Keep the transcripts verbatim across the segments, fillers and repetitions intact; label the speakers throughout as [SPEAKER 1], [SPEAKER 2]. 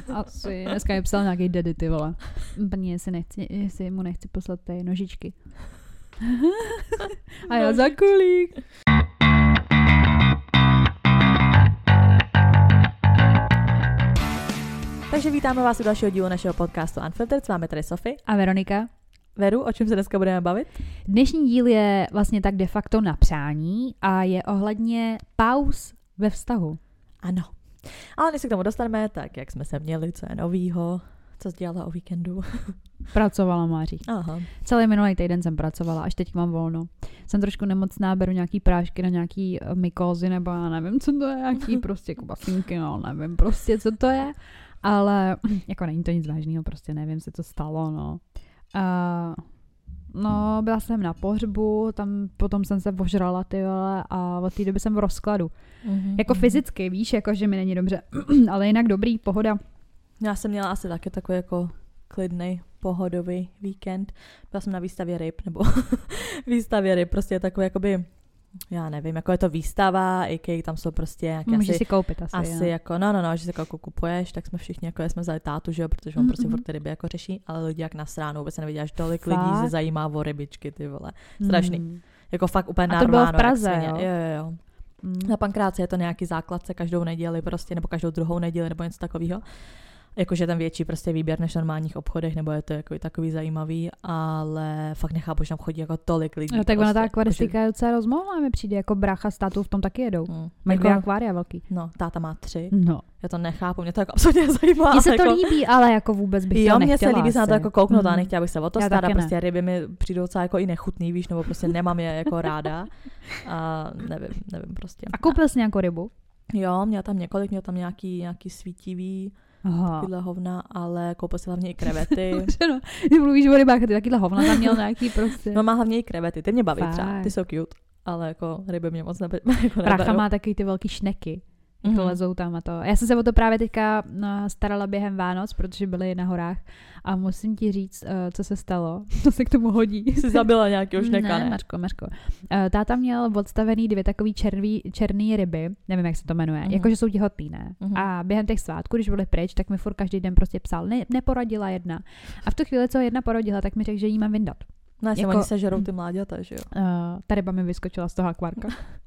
[SPEAKER 1] Asi. Dneska mi psal nějaký daddy, ty vole. Paní, jestli, nechci, jestli mu nechci poslat ty nožičky. A já za kulík.
[SPEAKER 2] Takže vítáme vás u dalšího dílu našeho podcastu Unfiltered. S vámi tady Sofie
[SPEAKER 1] a Veronika.
[SPEAKER 2] Veru, o čem se dneska budeme bavit?
[SPEAKER 1] Dnešní díl je vlastně tak de facto na přání a je ohledně pauz ve vztahu.
[SPEAKER 2] Ano. Ale než se k tomu dostaneme, tak jak jsme se měli, co je novýho, co jsi dělala o víkendu?
[SPEAKER 1] Pracovala, Máří.
[SPEAKER 2] Aha.
[SPEAKER 1] Celý minulý týden jsem pracovala, až teď mám volno. Jsem trošku nemocná, beru nějaký prášky na nějaký mykózy, nebo já nevím, co to je, nějaký prostě kubafinky, no nevím prostě, co to je. Ale jako není to nic vážného, prostě nevím si, co stalo, no. Uh, no, byla jsem na pohřbu, tam potom jsem se požrala, ty vole, a od té doby jsem v rozkladu. Mm-hmm. Jako fyzicky, víš, jako že mi není dobře, ale jinak dobrý, pohoda.
[SPEAKER 2] Já jsem měla asi taky takový jako klidný, pohodový víkend. Byla jsem na výstavě ryb, nebo výstavě ryb, prostě takový jakoby, já nevím, jako je to výstava, i když tam jsou prostě nějaké
[SPEAKER 1] Můžeš
[SPEAKER 2] asi,
[SPEAKER 1] si koupit asi,
[SPEAKER 2] asi jako, no, no, no, že si jako kupuješ, tak jsme všichni, jako jsme vzali tátu, že jo, protože on mm-hmm. prostě furt ty ryby jako řeší, ale lidi jak na stránu, vůbec se nevidí, až tolik
[SPEAKER 1] fakt?
[SPEAKER 2] Lidí se zajímá o rybičky, ty vole, strašný, mm. jako fakt úplně
[SPEAKER 1] narváno. A to bylo v Praze,
[SPEAKER 2] jo? Jo, jo, jo. Mm. Na Pankráci je to nějaký základce každou neděli prostě, nebo každou druhou neděli, nebo něco takového. Jakože ten větší prostě výběr než v normálních obchodech, nebo je to jako takový zajímavý, ale fakt nechápu, že tam chodí jako tolik lidí.
[SPEAKER 1] No tak
[SPEAKER 2] prostě,
[SPEAKER 1] ona ta akvaristika je docela rozmohla, mi přijde, jako brácha s tátou v tom taky jedou. Hmm. Mají
[SPEAKER 2] jako,
[SPEAKER 1] dvě akvária velký.
[SPEAKER 2] No, táta má tři.
[SPEAKER 1] No.
[SPEAKER 2] Já to nechápu, mě to jako absolutně nezajímá.
[SPEAKER 1] Mně se to
[SPEAKER 2] jako,
[SPEAKER 1] líbí, ale jako vůbec bych
[SPEAKER 2] jo,
[SPEAKER 1] to nechtěla.
[SPEAKER 2] Jo, mně se líbí se na to jako kouknout,
[SPEAKER 1] hmm.
[SPEAKER 2] a nechtěla bych se o to starat. Prostě ryby mi přijdou docela jako i nechutný, víš, nebo prostě nemám je jako ráda. A nevím, nevím prostě.
[SPEAKER 1] A koupil jsi nějakou rybu?
[SPEAKER 2] Jo, měl tam několik, měl tam nějaký, nějaký svítivý, takovýhle hovna, ale koupil si hlavně i krevety.
[SPEAKER 1] no, ty mluvíš o rybách, ty takovýhle hovna tam měl nějaký prostě.
[SPEAKER 2] No má hlavně i krevety, ty mě baví
[SPEAKER 1] Fakt.
[SPEAKER 2] třeba, ty jsou cute, ale jako ryby mě moc nebe, jako
[SPEAKER 1] Pracha má takový ty velký šneky. Mm-hmm. To lezou tam a to. Já jsem se o to právě teďka no, starala během Vánoc, protože byly na horách a musím ti říct, uh, co se stalo. To se k tomu hodí.
[SPEAKER 2] Jsi zabila nějakého šneka, ne?
[SPEAKER 1] Ne, Mařko, Mařko. Uh, táta měl odstavený dvě takový červí, černý ryby, nevím, jak se to jmenuje, mm-hmm. jakože jsou těhotný, ne? Mm-hmm. A během těch svátků, když byli pryč, tak mi furt každý den prostě psal, ne, neporodila jedna. A v tu chvíli, co jedna porodila, tak mi řekl, že jí mám vyndat.
[SPEAKER 2] No, jako, oni se žerou ty mláďata, že jo?
[SPEAKER 1] Uh, ta ryba mi vyskočila z toho akvárka.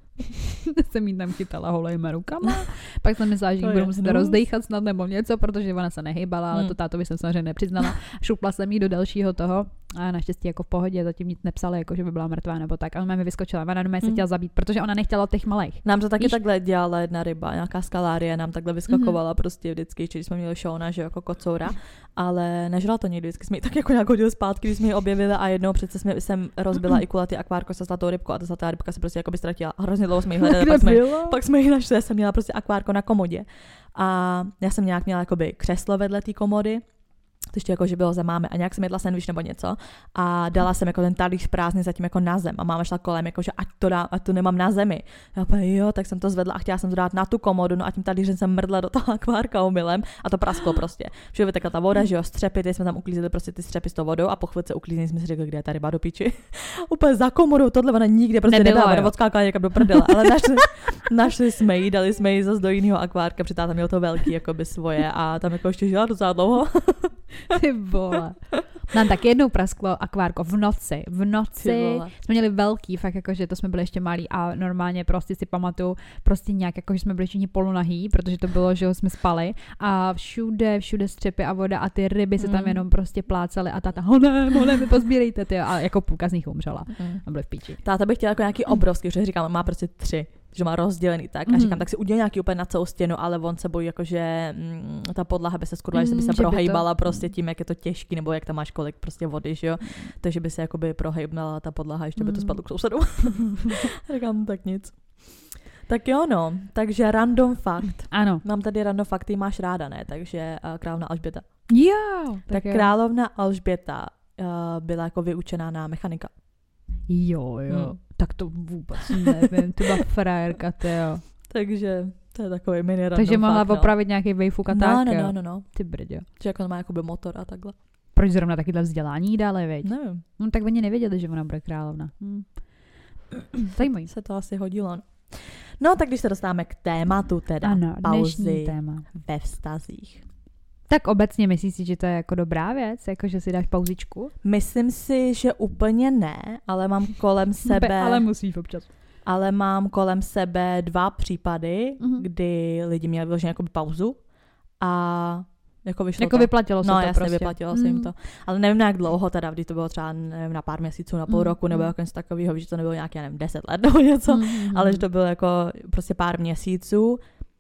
[SPEAKER 1] jsem jí tam chytala holejma rukama. Pak jsem myslela, že jí budu muset rozdejchat snad nebo něco, protože ona se nehybala, ale hmm. to tátovi jsem samozřejmě nepřiznala. Šupla jsem jí do dalšího toho a naštěstí jako v pohodě, zatím nic nepsala, jako že by byla mrtvá nebo tak. A ona mi vyskočila, ona mě se chtěla zabít, protože ona nechtěla těch malých.
[SPEAKER 2] Nám to taky Víš? takhle dělala jedna ryba, nějaká skalárie nám takhle vyskakovala hmm. prostě vždycky, když jsme měli šouna, že jako kocoura, ale nežrala to nikdy, vždycky jsme ji tak jako nějak hodili zpátky, když jsme ji objevili a jednou přece jsme, jsem rozbila i kulatý akvárko se zlatou rybkou a ta zlatá rybka se prostě jako by ztratila. A hrozně dlouho jsme ji hledali, pak jsme, pak jsme ji našli, já jsem měla prostě akvárko na komodě. A já jsem nějak měla jakoby křeslo vedle té komody, to ještě jako, že bylo za mámy a nějak jsem jedla sandwich nebo něco a dala jsem jako ten talíř prázdný zatím jako na zem a máma šla kolem, jako, že ať to dám, ať to nemám na zemi. Já úplně, jo, tak jsem to zvedla a chtěla jsem to dát na tu komodu, no a tím talířem jsem mrdla do toho akvárka omylem a to prasklo prostě. Všude vytekla ta voda, že jo, střepy, teď jsme tam uklízeli prostě ty střepy s tou vodou a po chvíli se uklízeli, jsme si řekli, kde je ta ryba do piči. Úplně za komodou, tohle ona nikde prostě nedala, ona odskákala někam do prdele, ale našli, našli jsme ji, dali jsme ji zase do jiného akvárka, protože tam mělo to velký jakoby svoje a tam jako ještě žila docela dlouho.
[SPEAKER 1] Ty vole. Nám tak jednou prasklo akvárko v noci. V noci jsme měli velký, fakt jako, že to jsme byli ještě malí a normálně prostě si pamatuju, prostě nějak jako, že jsme byli všichni polonahý, protože to bylo, že jsme spali a všude, všude střepy a voda a ty ryby se tam mm. jenom prostě plácaly a táta, honem, honem, vy pozbírejte, ty, a jako půlka z nich umřela. Mm. A byly v píči.
[SPEAKER 2] Táta bych chtěla jako nějaký obrovský, že říkám, má prostě tři. Že má rozdělený tak a říkám, tak si udělal nějaký úplně na celou stěnu, ale on se bojí, jakože mm, ta podlaha by se skurvala, mm, že by se prohejbala to... prostě tím, jak je to těžký, nebo jak tam máš kolik prostě vody, že jo, takže by se jakoby prohejbala ta podlaha, ještě by to spadlo k sousedu. Říkám, tak nic. Tak jo, no, takže random fakt.
[SPEAKER 1] Ano.
[SPEAKER 2] Mám tady random fakt, ty máš ráda, ne, takže uh, královna Alžběta.
[SPEAKER 1] Jo.
[SPEAKER 2] Tak, tak královna Alžběta uh, byla jako vyučená na mechanika.
[SPEAKER 1] Jo, jo. Hmm. Tak to vůbec nevím, ty byla frajerka, ty jo.
[SPEAKER 2] Takže to je takový mini random
[SPEAKER 1] Takže mohla
[SPEAKER 2] fakt, no.
[SPEAKER 1] opravit nějaký vejfuk a
[SPEAKER 2] no,
[SPEAKER 1] tak,
[SPEAKER 2] no,
[SPEAKER 1] jo.
[SPEAKER 2] no, no, no.
[SPEAKER 1] Ty brdě.
[SPEAKER 2] Že jako má jakoby motor a takhle.
[SPEAKER 1] Proč zrovna takyhle vzdělání dále, veď?
[SPEAKER 2] Nevím.
[SPEAKER 1] No tak oni nevěděli, že ona bude královna. Hm. Zajímají.
[SPEAKER 2] Se to asi hodilo, no. No, tak když se dostáváme k tématu teda
[SPEAKER 1] ano,
[SPEAKER 2] pauzy
[SPEAKER 1] téma.
[SPEAKER 2] ve vztazích.
[SPEAKER 1] Tak obecně myslíš si, že to je jako dobrá věc, jako že si dáš pauzičku?
[SPEAKER 2] Myslím si, že úplně ne, ale mám kolem sebe...
[SPEAKER 1] ale musíš občas.
[SPEAKER 2] Ale mám kolem sebe dva případy,
[SPEAKER 1] mm-hmm.
[SPEAKER 2] kdy lidi měli vyloženě jakoby pauzu a jako vyšlo
[SPEAKER 1] jako
[SPEAKER 2] to.
[SPEAKER 1] vyplatilo se
[SPEAKER 2] no,
[SPEAKER 1] to
[SPEAKER 2] jasně,
[SPEAKER 1] prostě.
[SPEAKER 2] vyplatilo se jim to. Ale nevím na jak dlouho teda, kdy to bylo třeba nevím, na pár měsíců, na půl mm, roku, nebo mm. jako něco takového, že to nebylo nějaký, já nevím, deset let nebo něco, mm, ale že to bylo jako prostě pár měsíců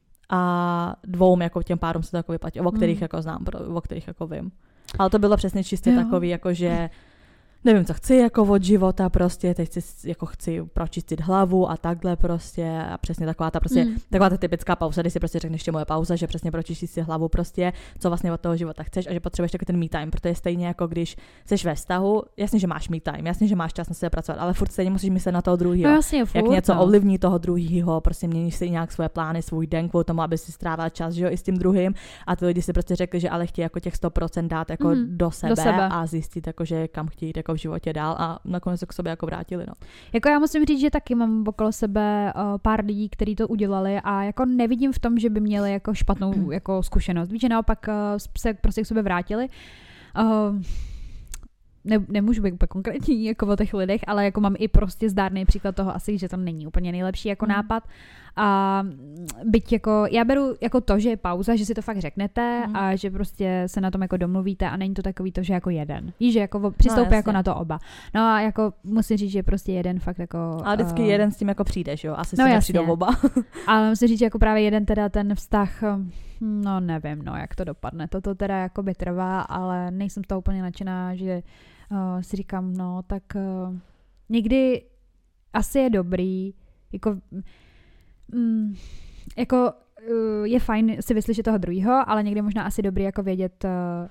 [SPEAKER 2] a dvou jako těm párům se to jako vyplatilo, o kterých mm. jako znám, o kterých jako vím. Ale to bylo přesně čistě jo. takový, jako že nevím, co chci jako od života prostě, teď chci, jako chci pročistit hlavu a takhle prostě a přesně taková ta prostě, mm. taková ta typická pauza, kdy si prostě řekneš, že moje pauza, že přesně pročistíš si hlavu prostě, co vlastně od toho života chceš a že potřebuješ taky ten me time, protože stejně jako když jsi ve vztahu, jasně, že máš me time, jasně, že máš čas na sebe pracovat, ale furt stejně musíš myslet na toho druhého.
[SPEAKER 1] No, jasně, furt,
[SPEAKER 2] jak něco
[SPEAKER 1] no.
[SPEAKER 2] ovlivní toho druhého, prostě měníš si nějak svoje plány, svůj den kvůli tomu, aby si strávil čas, že jo, i s tím druhým a ty lidi si prostě řekli, že ale chtějí jako těch sto procent dát jako mm. do, sebe
[SPEAKER 1] do sebe
[SPEAKER 2] a zjistit jako, že kam chtějí jako v životě dál a nakonec se k sobě jako vrátili, no.
[SPEAKER 1] Jako já musím říct, že taky mám okolo sebe uh, pár lidí, kteří to udělali a jako nevidím v tom, že by měli jako špatnou jako zkušenost. Víš, že naopak uh, se prostě k sobě vrátili. Uh, ne, nemůžu být úplně konkrétní jako o těch lidech, ale jako mám i prostě zdárný příklad toho asi, že to není úplně nejlepší jako mm. nápad. A byť jako, já beru jako to, že je pauza, že si to fakt řeknete mm. a že prostě se na tom jako domluvíte a není to takový to, že jako jeden. Víš, že jako přistoupí no, jako na to oba. No a jako musím říct, že prostě jeden fakt jako...
[SPEAKER 2] Ale vždycky uh, jeden s tím jako přijdeš, jo? Asi
[SPEAKER 1] no,
[SPEAKER 2] si nepřijdou oba. Ale
[SPEAKER 1] musím říct, že jako právě jeden teda ten vztah, no nevím, no jak to dopadne. Toto teda jako by trvá, ale nejsem z toho úplně nadšená, že uh, si říkám, no tak uh, někdy asi je dobrý, jako... Mm, jako uh, je fajn si vyslyšet toho druhého, ale někdy možná asi dobrý jako vědět uh,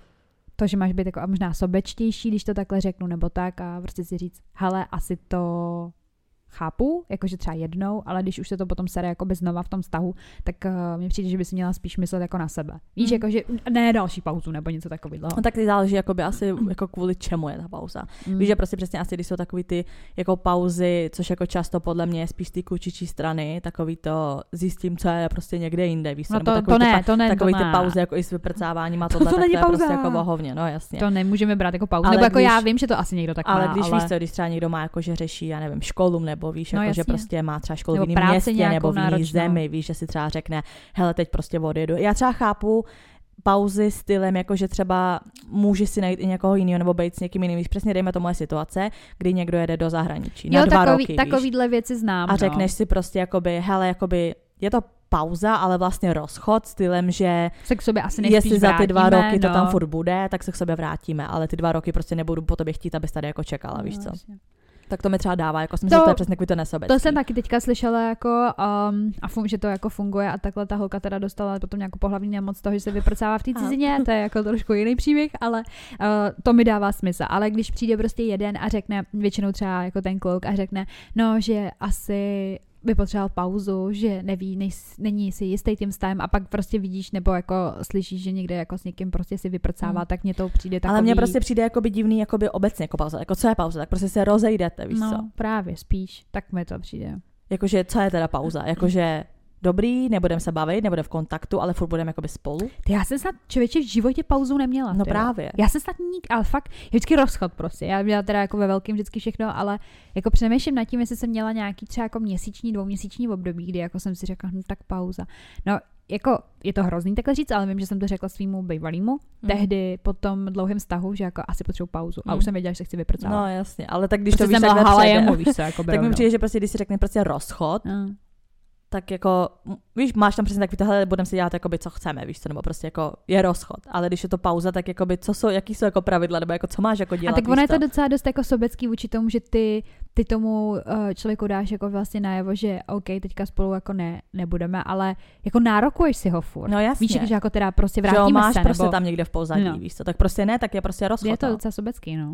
[SPEAKER 1] to, že máš být jako a možná sobečtější, když to takhle řeknu, nebo tak a prostě si říct, hele, asi to chápu, jakože třeba jednou, ale když už se to potom sere jakoby znova v tom vztahu, tak uh, mně přijde, že by si měla spíš myslet jako na sebe. Víš, mm. jakože ne další pauzu nebo něco takového.
[SPEAKER 2] No tak záleží jakoby asi jako kvůli čemu je ta pauza. Mm. Víš, že prostě přesně asi, když jsou takový ty jako pauzy, což jako často podle mě je spíš ty klučičí strany, takový to zjistím, co je prostě někde jinde, víš,
[SPEAKER 1] no
[SPEAKER 2] to,
[SPEAKER 1] to, to ne,
[SPEAKER 2] ty,
[SPEAKER 1] to ne,
[SPEAKER 2] takový
[SPEAKER 1] to
[SPEAKER 2] ty
[SPEAKER 1] ne.
[SPEAKER 2] pauzy jako i s vyprcáváním a tohle,
[SPEAKER 1] to, to
[SPEAKER 2] tak
[SPEAKER 1] není
[SPEAKER 2] to je
[SPEAKER 1] pauza.
[SPEAKER 2] prostě jako bohovně, no jasně.
[SPEAKER 1] To nemůžeme brát jako pauzu,
[SPEAKER 2] ale
[SPEAKER 1] nebo jako
[SPEAKER 2] když,
[SPEAKER 1] já vím, že to asi někdo tak
[SPEAKER 2] ale
[SPEAKER 1] má,
[SPEAKER 2] když
[SPEAKER 1] ale...
[SPEAKER 2] víš co, když třeba někdo má jako, že řeší, já nevím, školu, nebo víš,
[SPEAKER 1] no,
[SPEAKER 2] jako, že prostě má třeba školu v jiném městě nebo v jiné zemi, víš, že si třeba řekne, hele, teď prostě odjedu. Já třeba chápu pauzy stylem, jako že třeba můžeš si najít i někoho jiného nebo být s někým jiným. Víš, přesně dejme to moje situace, kdy někdo jede do zahraničí
[SPEAKER 1] jo,
[SPEAKER 2] na dva
[SPEAKER 1] takový,
[SPEAKER 2] roky,
[SPEAKER 1] takovýhle věci znám.
[SPEAKER 2] A řekneš
[SPEAKER 1] no.
[SPEAKER 2] si prostě jakoby, hele, jakoby je to pauza, ale vlastně rozchod stylem, že
[SPEAKER 1] se k sobě asi
[SPEAKER 2] jestli za ty dva
[SPEAKER 1] vrátíme,
[SPEAKER 2] roky to
[SPEAKER 1] no.
[SPEAKER 2] tam furt bude, tak se k sobě vrátíme, ale ty dva roky prostě nebudu po tobě chtít, abys tady jako čekala, no, víš co. Vlastně. Tak to mi třeba dává, jako jsem to, že to je přesně to nesobecký.
[SPEAKER 1] To jsem taky teďka slyšela, jako, um, a fun, že to jako funguje a takhle ta holka teda dostala potom nějakou pohlavní nemoc z toho, že se vyprcává v té cizině, to je jako trošku jiný příběh, ale uh, to mi dává smysl. Ale když přijde prostě jeden a řekne, většinou třeba jako ten kluk a řekne, no, že asi by potřeboval pauzu, že neví, nej, není si jistý tím vztahem a pak prostě vidíš nebo jako slyšíš, že někde jako s někým prostě si vyprcává, hmm. tak mně to přijde takový...
[SPEAKER 2] Ale mně prostě přijde jakoby divný jakoby obecně jako pauza. Jako co je pauza? Tak prostě se rozejdete, víš
[SPEAKER 1] no,
[SPEAKER 2] co?
[SPEAKER 1] No právě, spíš. Tak mi to přijde.
[SPEAKER 2] Jakože co je teda pauza? Jakože dobrý, nebudeme se bavit, nebudeme v kontaktu, ale furt budeme jakoby spolu.
[SPEAKER 1] Ty, já jsem snad člověče v životě pauzu neměla.
[SPEAKER 2] No
[SPEAKER 1] tyjo.
[SPEAKER 2] právě.
[SPEAKER 1] Já jsem snad nik, ale fakt, je vždycky rozchod prostě. Já měla teda jako ve velkým vždycky všechno, ale jako přemýšlím nad tím, jestli jsem měla nějaký třeba jako měsíční, dvouměsíční období, kdy jako jsem si řekla, no tak pauza. No jako je to hrozný takhle říct, ale vím, že jsem to řekla svýmu bývalýmu mm. tehdy po tom dlouhém vztahu, že jako asi potřebuji pauzu. A
[SPEAKER 2] mm.
[SPEAKER 1] už jsem věděla, že se chci vypracovat.
[SPEAKER 2] No jasně, ale tak když
[SPEAKER 1] prostě
[SPEAKER 2] to víš takhle
[SPEAKER 1] jemu, víš co, jako
[SPEAKER 2] tak mi přijde, že prostě když si řekne prostě rozchod, mm. tak jako, víš, máš tam přesně takový tohle, budeme si dělat jakoby, co chceme, víš co, nebo prostě jako je rozchod, ale když je to pauza, tak jakoby, co jsou, jaký jsou jako pravidla, nebo jako co máš jako dělat,
[SPEAKER 1] a tak ono je to
[SPEAKER 2] co?
[SPEAKER 1] docela dost jako sobecký vůči tomu, že ty, ty tomu uh, člověku dáš jako vlastně najevo, že OK, teďka spolu jako ne, nebudeme, ale jako nárokuješ si ho furt.
[SPEAKER 2] No jasně.
[SPEAKER 1] Víš, že jako teda prostě vrátíme
[SPEAKER 2] že máš
[SPEAKER 1] se,
[SPEAKER 2] prostě
[SPEAKER 1] nebo...
[SPEAKER 2] tam někde v pozadí, no. Víš co, tak prostě ne, tak je prostě rozchod.
[SPEAKER 1] Je to
[SPEAKER 2] no.
[SPEAKER 1] docela sobecký, no.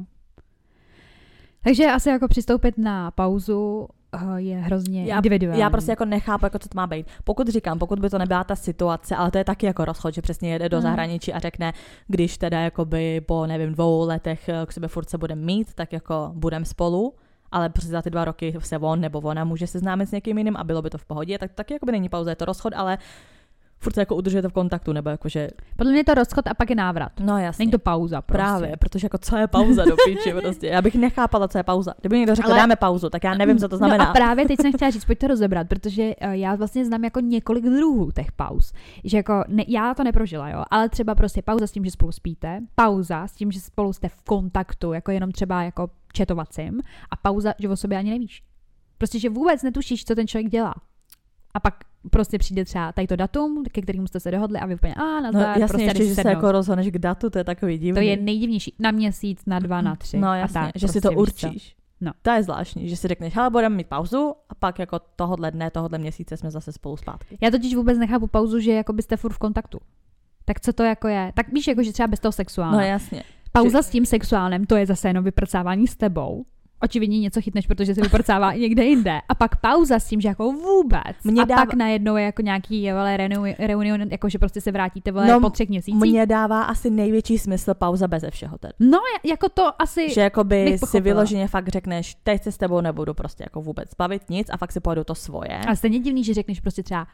[SPEAKER 1] Takže asi jako přistoupit na pauzu je hrozně
[SPEAKER 2] já,
[SPEAKER 1] individuální.
[SPEAKER 2] Já prostě jako nechápu, jako co to má být. Pokud říkám, pokud by to nebyla ta situace, ale to je taky jako rozchod, že přesně jede do hmm. zahraničí a řekne, když teda jakoby po, nevím, dvou letech k sobě furt se budeme mít, tak jako budeme spolu, ale prostě za ty dva roky se on nebo ona může seznámit s někým jiným a bylo by to v pohodě, tak taky jakoby není pauza, je to rozchod, ale furt se jako udržujete v kontaktu, nebo jakože...
[SPEAKER 1] Podle mě je to rozchod a pak je návrat.
[SPEAKER 2] No jasně.
[SPEAKER 1] Není to pauza prostě.
[SPEAKER 2] Právě, protože jako co je pauza do píči prostě. Já bych nechápala, co je pauza. Kdyby někdo řekl, ale... dáme pauzu, tak já nevím, co to znamená.
[SPEAKER 1] No a právě teď jsem chtěla říct, pojď to rozebrat, protože uh, já vlastně znám jako několik druhů těch pauz. Že jako, ne, já to neprožila, jo, ale třeba prostě pauza s tím, že spolu spíte, pauza s tím, že spolu jste v kontaktu, jako jenom třeba jako chatovacím, a pauza, že o sobě ani nevíš. Prostě, že vůbec netušíš, co ten člověk dělá. A pak prostě přijde třeba tady to datum, ke kterému jste se dohodli a vy úplně, a nazdar,
[SPEAKER 2] no, jasně,
[SPEAKER 1] prostě
[SPEAKER 2] ještě, že
[SPEAKER 1] sednout.
[SPEAKER 2] se jako rozhodneš k datu, to je takový divný.
[SPEAKER 1] To je nejdivnější. Na měsíc, na dva, na tři.
[SPEAKER 2] No jasně,
[SPEAKER 1] a tak,
[SPEAKER 2] že
[SPEAKER 1] prostě,
[SPEAKER 2] si to určíš.
[SPEAKER 1] No.
[SPEAKER 2] To je zvláštní, že si řekneš, hele, budeme mít pauzu a pak jako tohodle dne, tohodle měsíce jsme zase spolu zpátky.
[SPEAKER 1] Já totiž vůbec nechápu pauzu, že jako byste furt v kontaktu. Tak co to jako je? Tak víš, jako že třeba bez toho sexuálna.
[SPEAKER 2] No jasně.
[SPEAKER 1] Pauza
[SPEAKER 2] že...
[SPEAKER 1] s tím sexuálem, to je zase jenom vyprcávání s tebou. Očividně něco chytneš, protože se vyprcává i někde jinde. A pak pauza s tím, že jako vůbec. Mě a dává... pak najednou je jako nějaký vole, reunion, jako že prostě se vrátíte vole, no, po třech měsících.
[SPEAKER 2] Mně dává asi největší smysl pauza beze všeho tedy.
[SPEAKER 1] No, jako to asi.
[SPEAKER 2] Že jakoby si vyloženě fakt řekneš, teď se s tebou nebudu prostě jako vůbec bavit nic a fakt si pojedu to svoje.
[SPEAKER 1] A stejně divný, že řekneš prostě třeba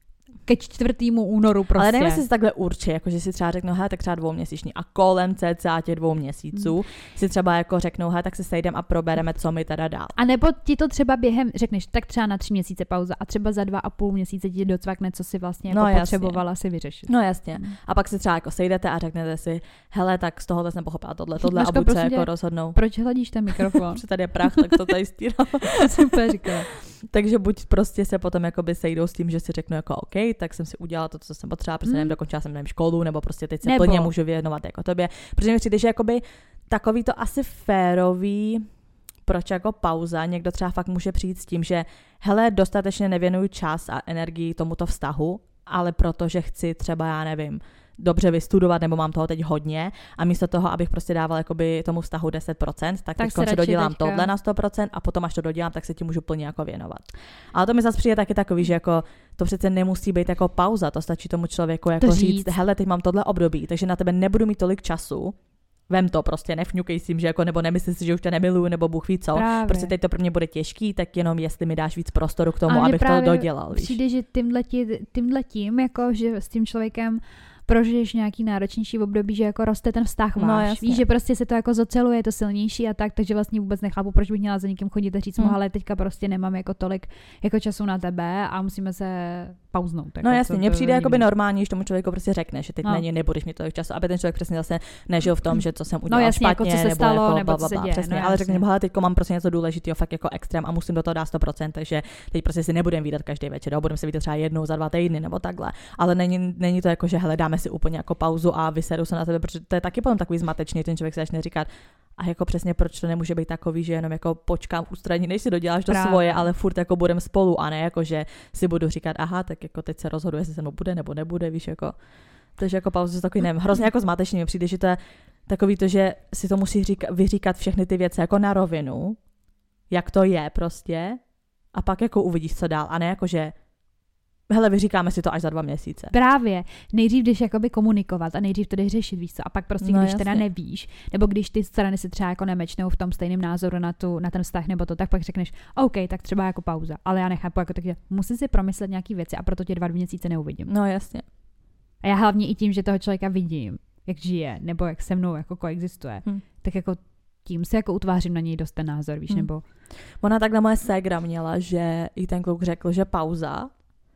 [SPEAKER 1] ke čtvrtému únoru prostě.
[SPEAKER 2] Ale nevím, jestli si takhle určí, jako že si třeba řeknou, hele, tak třeba dvouměsíční a kolem cca těch dvou měsíců hmm. si třeba jako řeknou, hele, tak se sejdem a probereme, co mi teda dál.
[SPEAKER 1] A nebo ti to třeba během, řekneš, tak třeba na tři měsíce pauza a třeba za dva a půl měsíce ti docvakne, co si vlastně jako no, potřebovala si vyřešit.
[SPEAKER 2] No jasně. Hmm. A pak se třeba jako sejdete a řeknete si, hele, tak z tohohle jsem pochopila tohle, tohle Maško, a buď se jako rozhodnou.
[SPEAKER 1] Proč hladíš ten mikrofon?
[SPEAKER 2] Protože tady je prach, tak to tady stírám.
[SPEAKER 1] Super říkala.
[SPEAKER 2] Takže buď prostě se potom jakoby sejdou s tím, že si řeknu jako OK, tak jsem si udělala to, co jsem potřebovala, prostě mm. nevím, dokončila jsem nevím, školu, nebo prostě teď se nebo. plně můžu věnovat jako tobě. Protože mi přijde, že jakoby takový to asi férový, proč jako pauza, někdo třeba fakt může přijít s tím, že hele, dostatečně nevěnuju čas a energii tomuto vztahu, ale protože chci třeba, já nevím, dobře vystudovat, nebo mám toho teď hodně a místo toho, abych prostě dával jakoby tomu vztahu deset procent, tak, tak teď si dodělám teďka. tohle na sto procent a potom až to dodělám, tak se ti můžu plně jako věnovat. Ale to mi zase přijde taky takový, že jako to přece nemusí být jako pauza, to stačí tomu člověku jako říct. říct, hele, teď mám tohle období, takže na tebe nebudu mít tolik času. Vem to prostě, nefňukej s tím, že jako, nebo nemyslí si, že už tě nemiluju, nebo Bůh ví co. Právě. Prostě teď to pro mě bude těžký, tak jenom jestli mi dáš víc prostoru k tomu, abych to dodělal.
[SPEAKER 1] Přijde,
[SPEAKER 2] víš?
[SPEAKER 1] Že tímhle tím, jako, že s tím člověkem prožiješ nějaký náročnější období, že jako roste ten vztah váš. No, víš, že prostě se to jako zoceluje, je to silnější a tak, takže vlastně vůbec nechápu, proč bych měla za někým chodit a říct mu, hmm. ale teďka prostě nemám jako tolik jako času na tebe a musíme se pauznout. Jako,
[SPEAKER 2] no jasně, mně přijde jakoby normální, že tomu člověku prostě řekne, že teď no. není, nebudeš mít tolik času, aby ten člověk přesně zase nežil v tom, že co jsem udělal
[SPEAKER 1] no, jasně,
[SPEAKER 2] špatně,
[SPEAKER 1] jako co se
[SPEAKER 2] nebo
[SPEAKER 1] stalo,
[SPEAKER 2] jako
[SPEAKER 1] nebo co se děje.
[SPEAKER 2] Přesně,
[SPEAKER 1] no,
[SPEAKER 2] ale řekne, hele, teďko mám prostě něco důležitého, fakt jako extrém a musím do toho dát sto procent, takže teď prostě si nebudeme vídat každý večer, jo, budeme se vidět třeba jednou za dva týdny nebo takhle. Ale není, není to jako, že hele, dáme si úplně jako pauzu a vysedu se na tebe, protože to je taky potom takový zmatečný, ten člověk se začne říkat, a jako přesně proč to nemůže být takový, že jenom jako počkám v ústraní, než si doděláš to Právě. svoje, ale furt jako budem spolu a ne jako, že si budu říkat, aha, tak jako teď se rozhoduje, jestli se mnou bude nebo nebude, víš, jako. Takže jako pauzu takový, nevím, hrozně jako zmatečný mi přijde, že to je takový to, že si to musí říkat, vyříkat všechny ty věci jako na rovinu, jak to je prostě a pak jako uvidíš, co dál a ne jako, že hele, vyříkáme si to až za dva měsíce.
[SPEAKER 1] Právě. Nejdřív jdeš jakoby komunikovat a nejdřív to jdeš řešit, víš co. A pak prostě, no, když jasně. teda nevíš, nebo když ty strany si třeba jako nemečnou v tom stejném názoru na, tu, na ten vztah nebo to, tak pak řekneš, OK, tak třeba jako pauza. Ale já nechápu, jako takže musím si promyslet nějaký věci a proto tě dva měsíce neuvidím.
[SPEAKER 2] No jasně.
[SPEAKER 1] A já hlavně i tím, že toho člověka vidím, jak žije, nebo jak se mnou jako koexistuje, hmm. tak jako tím se jako utvářím na něj dost ten názor, víš, hmm. nebo...
[SPEAKER 2] Ona takhle moje ségra měla, že jí ten kluk řekl, že pauza.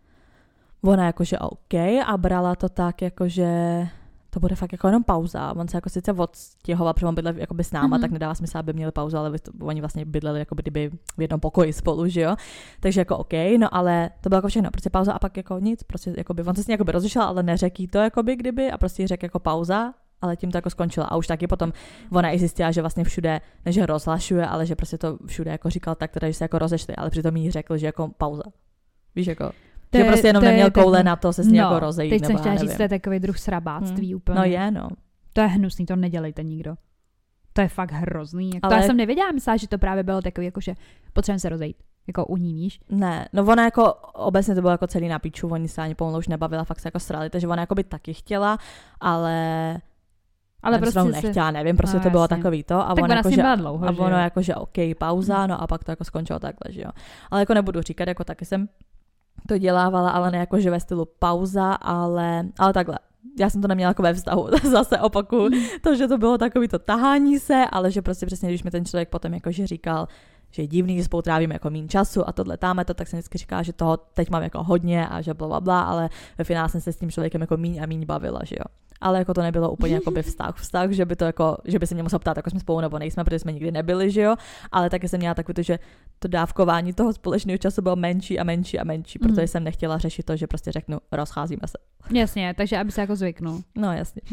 [SPEAKER 2] Ona jakože OK a brala to tak, jakože to bude fakt jako jenom pauza. On se jako sice odstěhoval, protože on bydlel jakoby s náma, mm-hmm. tak nedává smysl, aby měli pauzu, ale oni vlastně bydleli jako kdyby v jednom pokoji spolu, že jo. Takže jako OK, no ale to bylo jako všechno, prostě pauza a pak jako nic, prostě jakoby, on se s ní jakoby rozlišil, ale neřekl to jakoby kdyby a prostě řekl jako pauza, ale tím to jako skončilo. A už taky potom ona i zjistila, že vlastně všude, ne že rozhlašuje, ale že prostě to všude jako říkal tak, teda, že se jako rozešli, ale přitom jí řekl, že jako pauza. Víš jako... To že je, prostě jenom neměl koule tak, na to se s ní no, jako rozejít.
[SPEAKER 1] Teď jsem chtěla říct, to je takový druh srabáctví hmm. úplně.
[SPEAKER 2] No je, no.
[SPEAKER 1] To je hnusný, to nedělejte nikdo. To je fakt hrozný. Jako ale... To já jsem nevěděla, myslela, že to právě bylo takový, jako že potřebujeme se rozejít. Jako u ní, víš?
[SPEAKER 2] Ne, no ona jako obecně to bylo jako celý na píču, oni se ani pomalu už nebavila, fakt se jako srali, takže ona jako by taky chtěla, ale... Ale prostě nechtěla, se... nevím, prostě no, to bylo jasně. takový to. A
[SPEAKER 1] tak
[SPEAKER 2] ona
[SPEAKER 1] jako,
[SPEAKER 2] že,
[SPEAKER 1] dlouho,
[SPEAKER 2] a ono jako, že OK, pauza, no a pak to jako skončilo takhle, že jo. Ale jako nebudu říkat, jako taky jsem to dělávala, ale ne jako, že ve stylu pauza, ale, ale takhle. Já jsem to neměla jako ve vztahu, zase opakuju, to, že to bylo takový to tahání se, ale že prostě přesně, když mi ten člověk potom jakože říkal, že je divný, že spolu trávíme jako méně času a tohle táme to, tak jsem vždycky říkala, že toho teď mám jako hodně a že blablabla, ale ve finále jsem se s tím člověkem jako míň a míň bavila, že jo. Ale jako to nebylo úplně jako by vztah, vztah, že by to jako, že by se mě musel ptát, jako jsme spolu nebo nejsme, protože jsme nikdy nebyli, že jo, ale taky jsem měla takový to, že to dávkování toho společného času bylo menší a menší a menší, protože mm. jsem nechtěla řešit to, že prostě řeknu, rozcházíme se.
[SPEAKER 1] Jasně, takže aby se jako zvyknul.
[SPEAKER 2] No jasně.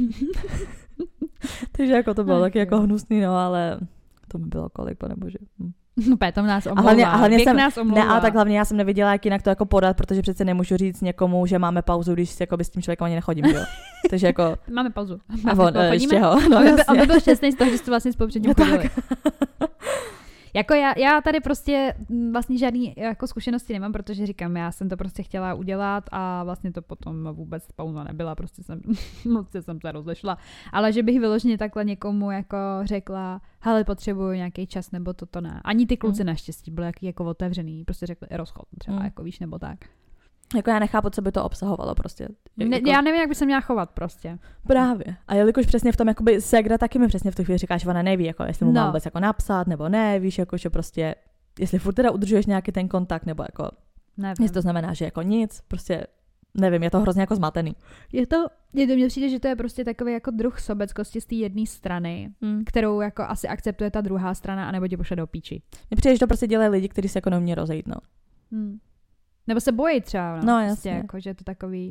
[SPEAKER 2] Takže jako to bylo no, taky jako hnusný, no, ale to mi bylo kolik, panebože. Hm.
[SPEAKER 1] No Pétom nás omlouvá.
[SPEAKER 2] A hlavně, a hlavně jsem,
[SPEAKER 1] nás omlouvá.
[SPEAKER 2] Ne, a tak hlavně já jsem nevěděla, jak jinak to jako podat, protože přece nemůžu říct někomu, že máme pauzu, když si jako by s tím člověkem ani nechodím, jo. Takže jako...
[SPEAKER 1] Máme pauzu.
[SPEAKER 2] A on, z čeho?
[SPEAKER 1] No, a by byl šťastný z toho, že jsi to vlastně spolu předtím chodili. Jako já, já tady prostě vlastně žádný jako zkušenosti nemám, protože říkám, já jsem to prostě chtěla udělat a vlastně to potom vůbec pauza nebyla, prostě jsem, prostě jsem se rozešla. Ale že bych vyloženě takhle někomu jako řekla, hele, potřebuju nějaký čas, nebo toto ne. Ani ty kluci mm. naštěstí byli jaký jako otevřený, prostě řekli rozchod třeba, mm. jako víš, nebo tak.
[SPEAKER 2] Jako já nechápu, co by to obsahovalo prostě.
[SPEAKER 1] Ne,
[SPEAKER 2] jako...
[SPEAKER 1] Já nevím, jak by se měla chovat prostě.
[SPEAKER 2] Právě. A jelikož přesně v tom, jakoby Segra taky mi přesně v tu chvíli říká, že ona neví, jako jestli mu no. mám vůbec jako napsat, nebo ne, víš, jako že prostě, jestli furt teda udržuješ nějaký ten kontakt, nebo jako, nevím. Jestli to znamená, že jako nic, prostě nevím, je to hrozně jako zmatený.
[SPEAKER 1] Je to, je to mně přijde, že to je prostě takový jako druh sobeckosti z té jedné strany, hmm. kterou jako asi akceptuje ta druhá strana, anebo tě pošle do píči.
[SPEAKER 2] Mně přijde, že to prostě dělají lidi, kteří se jako neumí rozejít, no.
[SPEAKER 1] Hmm. Nebo se bojí třeba. No,
[SPEAKER 2] no jasně.
[SPEAKER 1] Prostě, jako, že je to takový...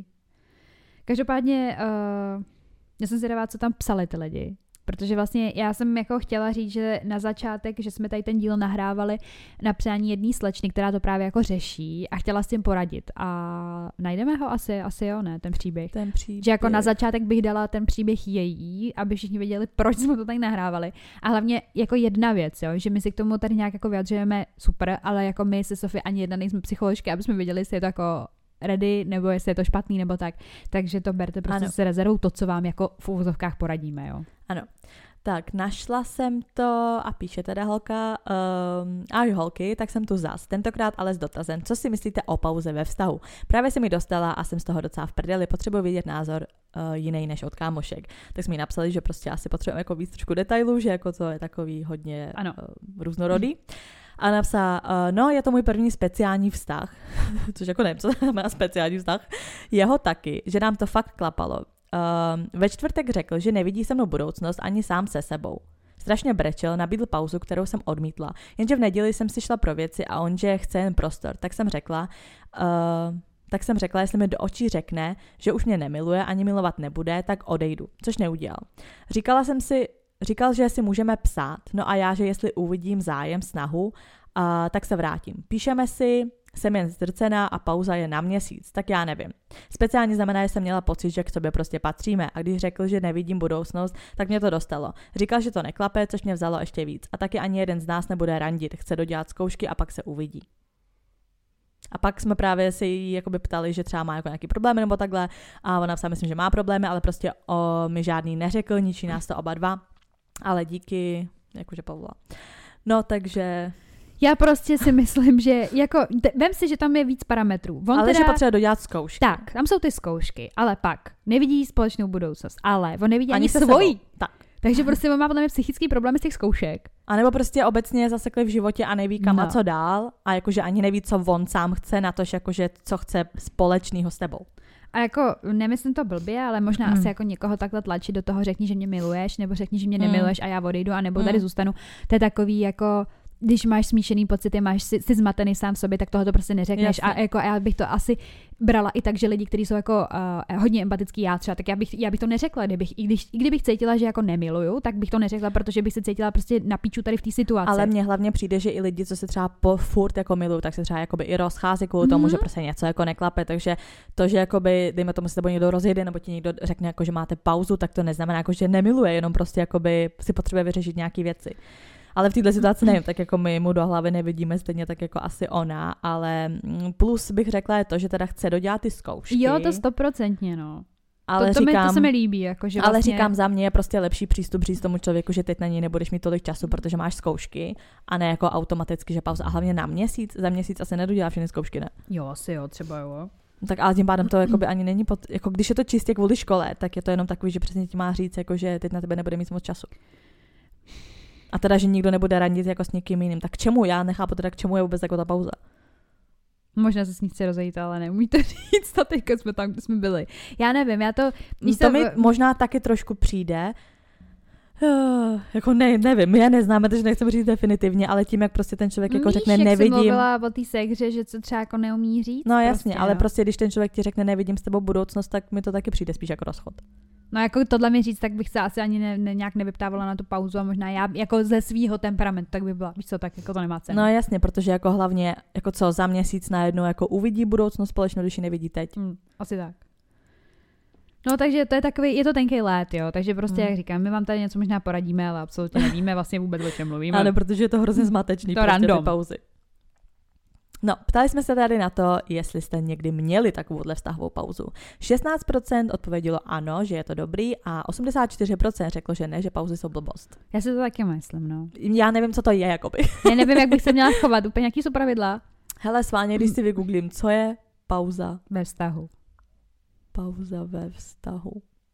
[SPEAKER 1] Každopádně, uh, já jsem si dává, co tam psali ty lidi. Protože vlastně já jsem jako chtěla říct, že na začátek, že jsme tady ten díl nahrávali na přání jedné slečny, která to právě jako řeší a chtěla s tím poradit. A najdeme ho asi, asi jo, ne, ten příběh.
[SPEAKER 2] Ten příběh.
[SPEAKER 1] Že jako na začátek bych dala ten příběh její, aby všichni věděli, proč jsme to tady nahrávali. A hlavně jako jedna věc, jo, že my si k tomu tady nějak jako vyjadřujeme super, ale jako my se Sofie ani jedna nejsme psycholožky, aby jsme věděli, jestli je to jako ready, nebo jestli je to špatný, nebo tak. Takže to berte prostě ano. se rezervou to, co vám jako v úvozovkách poradíme, jo.
[SPEAKER 2] Ano. Tak, našla jsem to a píše teda holka, um, ahoj holky, tak jsem tu zas, tentokrát ale s dotazem, co si myslíte o pauze ve vztahu? Právě se mi dostala a jsem z toho docela v prdeli, potřebuji vědět názor uh, jiný než od kámošek. Tak jsme mi napsali, že prostě asi potřebujeme jako víc trošku detailů, že jako to je takový hodně uh, různorodý. A napsala, uh, no je to můj první speciální vztah, což jako nevím, co znamená speciální vztah, jeho taky, že nám to fakt klapalo. Uh, ve čtvrtek řekl, že nevidí se mnou budoucnost ani sám se sebou. Strašně brečel, nabídl pauzu, kterou jsem odmítla. Jenže v neděli jsem si šla pro věci a on, že chce jen prostor, tak jsem řekla, uh, tak jsem řekla, jestli mi do očí řekne, že už mě nemiluje ani milovat nebude, tak odejdu, což neudělal. Říkala jsem si, říkal, že si můžeme psát, no a já, že jestli uvidím zájem, snahu, uh, tak se vrátím. Píšeme si, jsem jen zdrcená a pauza je na měsíc, tak já nevím. Speciálně znamená, že jsem měla pocit, že k sobě prostě patříme a když řekl, že nevidím budoucnost, tak mě to dostalo. Říkal, že to neklape, což mě vzalo ještě víc. A taky ani jeden z nás nebude randit, chce dodělat zkoušky a pak se uvidí. A pak jsme právě si jí jakoby ptali, že třeba má jako nějaký problémy nebo takhle a ona psala, myslím, že má problémy, ale prostě o, mi žádný neřekl, ničí nás to oba dva, ale díky, jakože povolila. No, takže...
[SPEAKER 1] Já prostě si myslím, že jako, vem si, že tam je víc parametrů. On
[SPEAKER 2] ale
[SPEAKER 1] teda,
[SPEAKER 2] že potřebuje dodělat zkoušky.
[SPEAKER 1] Tak, tam jsou ty zkoušky, ale pak nevidí společnou budoucnost, ale on nevidí ani,
[SPEAKER 2] ani
[SPEAKER 1] svojí.
[SPEAKER 2] Tak.
[SPEAKER 1] Takže prostě on má podle mě psychický problémy z těch zkoušek.
[SPEAKER 2] A nebo prostě obecně je zaseklý v životě a neví kam
[SPEAKER 1] no.
[SPEAKER 2] a co dál a jakože ani neví, co on sám chce, na to, jakože co chce společného s tebou.
[SPEAKER 1] A jako, nemyslím to blbě, ale možná mm. asi jako někoho takhle tlačit do toho, řekni, že mě miluješ, nebo řekni, že mě nemiluješ mm. a já odejdu, a nebo tady mm. zůstanu. To je takový jako... Když máš smíšený pocity, máš si, jsi zmatený sám v sobě, tak toho to prostě neřekneš. Jasně. A jako já bych to asi brala i tak, že lidi, kteří jsou jako uh, hodně empatický, já třeba, tak já bych, já bych to neřekla, kdybych, i, když, i kdybych cítila, že jako nemiluju, tak bych to neřekla, protože bych se cítila prostě na píču tady v té situaci.
[SPEAKER 2] Ale mně hlavně přijde, že i lidi, co se třeba po furt jako milují, tak se třeba jakoby i rozchází kvůli mm-hmm. tomu, že prostě něco jako neklape, takže to, že jakoby, dejme tomu, se tebou někdo rozjede, nebo ti někdo řekne, jako, že máte pauzu, tak to neznamená, jako, že nemiluje, jenom prostě jakoby si potřebuje vyřešit nějaké věci. Ale v této situaci nevím, tak jako my mu do hlavy nevidíme stejně tak jako asi ona, ale plus bych řekla je to, že teda chce dodělat ty zkoušky.
[SPEAKER 1] Jo, to stoprocentně, no.
[SPEAKER 2] Ale
[SPEAKER 1] to, to,
[SPEAKER 2] říkám,
[SPEAKER 1] mi, to se mi líbí. Jako, že
[SPEAKER 2] ale
[SPEAKER 1] vlastně...
[SPEAKER 2] říkám, za mě je prostě lepší přístup říct tomu člověku, že teď na něj nebudeš mít tolik času, protože máš zkoušky a ne jako automaticky, že pauza. A hlavně na měsíc, za měsíc asi nedodělá všechny zkoušky, ne?
[SPEAKER 1] Jo, asi jo, třeba jo.
[SPEAKER 2] Tak ale tím pádem to jakoby ani není, pod, jako když je to čistě kvůli škole, tak je to jenom takový, že přesně ti má říct, jako, že teď na tebe nebude mít moc času. A teda, že nikdo nebude radit jako s někým jiným. Tak k čemu? Já nechápu teda, k čemu je vůbec jako ta pauza.
[SPEAKER 1] Možná se s ní chci rozejít, ale neumí to říct, a teďka jsme tam, kde jsme byli. Já nevím, já to...
[SPEAKER 2] To mi možná taky trošku přijde, Uh, jako ne, nevím, já neznáme, takže nechcem říct definitivně, ale tím, jak prostě ten člověk jako
[SPEAKER 1] Víš,
[SPEAKER 2] řekne
[SPEAKER 1] jak
[SPEAKER 2] nevidím.
[SPEAKER 1] Víš, jak o té sekře, že co třeba jako neumí říct?
[SPEAKER 2] No jasně,
[SPEAKER 1] prostě,
[SPEAKER 2] ale
[SPEAKER 1] no.
[SPEAKER 2] prostě když ten člověk ti řekne nevidím s tebou budoucnost, tak mi to taky přijde spíš jako rozchod.
[SPEAKER 1] No jako tohle mi říct, tak bych se asi ani ne, ne, nějak nevyptávala na tu pauzu a možná já jako ze svýho temperamentu, tak by byla, víš co, tak jako to nemá cenu.
[SPEAKER 2] No jasně, protože jako hlavně, jako co, za měsíc najednou jako uvidí budoucnost společnou, když ji nevidí teď.
[SPEAKER 1] Hmm, asi tak. No takže to je takový, je to tenkej let, jo, takže prostě
[SPEAKER 2] hmm.
[SPEAKER 1] jak říkám, my vám tady něco možná poradíme, ale absolutně nevíme vlastně vůbec, o čem mluvíme.
[SPEAKER 2] Ano, protože je to hrozně zmatečný,
[SPEAKER 1] to
[SPEAKER 2] prostě
[SPEAKER 1] random.
[SPEAKER 2] ty pauzy. No, ptali jsme se tady na to, jestli jste někdy měli takovouhle vztahovou pauzu. šestnáct procent odpovědělo ano, že je to dobrý a osmdesát čtyři procent řeklo, že ne, že pauzy jsou blbost.
[SPEAKER 1] Já si to taky myslím, no.
[SPEAKER 2] Já nevím, co to je, jakoby.
[SPEAKER 1] Já nevím, jak bych se měla chovat, úplně jaký jsou pravidla.
[SPEAKER 2] Hele, sváně, když si vygooglím, co je pauza.
[SPEAKER 1] Ve vztahu.
[SPEAKER 2] Pauza ve vztahu.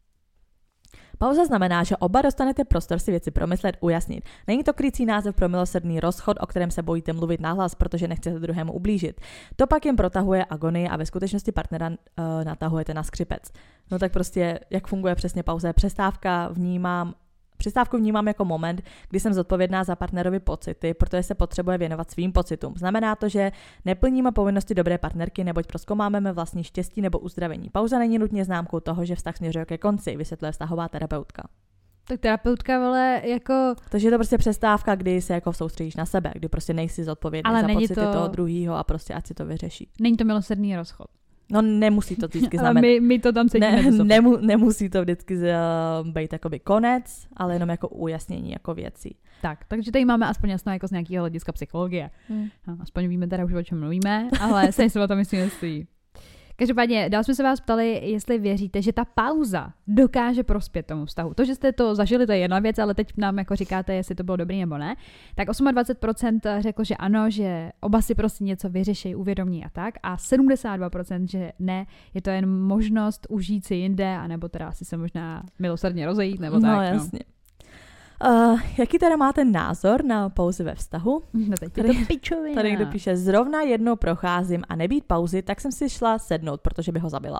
[SPEAKER 2] Pauza znamená, že oba dostanete prostor si věci promyslet, ujasnit. Není to krycí název pro milosrdný rozchod, o kterém se bojíte mluvit nahlas, protože nechcete druhému ublížit. To pak jen protahuje agonii a ve skutečnosti partnera uh, natahujete na skřipec. No tak prostě, jak funguje přesně pauza, přestávka vnímám, Přestávku vnímám jako moment, kdy jsem zodpovědná za partnerovi pocity, protože se potřebuje věnovat svým pocitům. Znamená to, že neplníme povinnosti dobré partnerky, neboť prozkoumáme vlastní štěstí nebo uzdravení. Pauza není nutně známkou toho, že vztah směřuje ke konci, vysvětluje vztahová terapeutka.
[SPEAKER 1] Tak terapeutka, vole, jako...
[SPEAKER 2] Takže je to prostě přestávka, kdy se jako soustředíš na sebe, kdy prostě nejsi zodpovědný
[SPEAKER 1] ale
[SPEAKER 2] za
[SPEAKER 1] není
[SPEAKER 2] pocity
[SPEAKER 1] to...
[SPEAKER 2] toho druhýho a prostě ať si to vyřeší.
[SPEAKER 1] Není to milosrdný rozchod.
[SPEAKER 2] No nemusí to vždycky znamenat.
[SPEAKER 1] Ale my, my to tam cítíme.
[SPEAKER 2] Ne, nemu, nemusí to vždycky uh, být jakoby konec, ale jenom jako ujasnění jako věcí.
[SPEAKER 1] Tak, takže tady máme aspoň jasno jako z nějakého hlediska psychologie. Hmm. No, aspoň víme teda už, o čem mluvíme, ale se o tom myslím nestojí. Každopádně, dál jsme se vás ptali, jestli věříte, že ta pauza dokáže prospět tomu vztahu. To, že jste to zažili, to je jedna věc, ale teď nám jako říkáte, jestli to bylo dobrý nebo ne. Tak dvacet osm procent řeklo, že ano, že oba si prostě něco vyřeší, uvědomí a tak. A sedmdesát dva procent, že ne, je to jen možnost užít si jinde, anebo teda asi se možná milosrdně rozejít, nebo tak.
[SPEAKER 2] No jasně. No. Uh, jaký teda máte názor na pauzy ve vztahu?
[SPEAKER 1] No teď
[SPEAKER 2] tady, tady někdo píše, zrovna jednou procházím a nebýt pauzy, tak jsem si šla sednout, protože by ho zabila.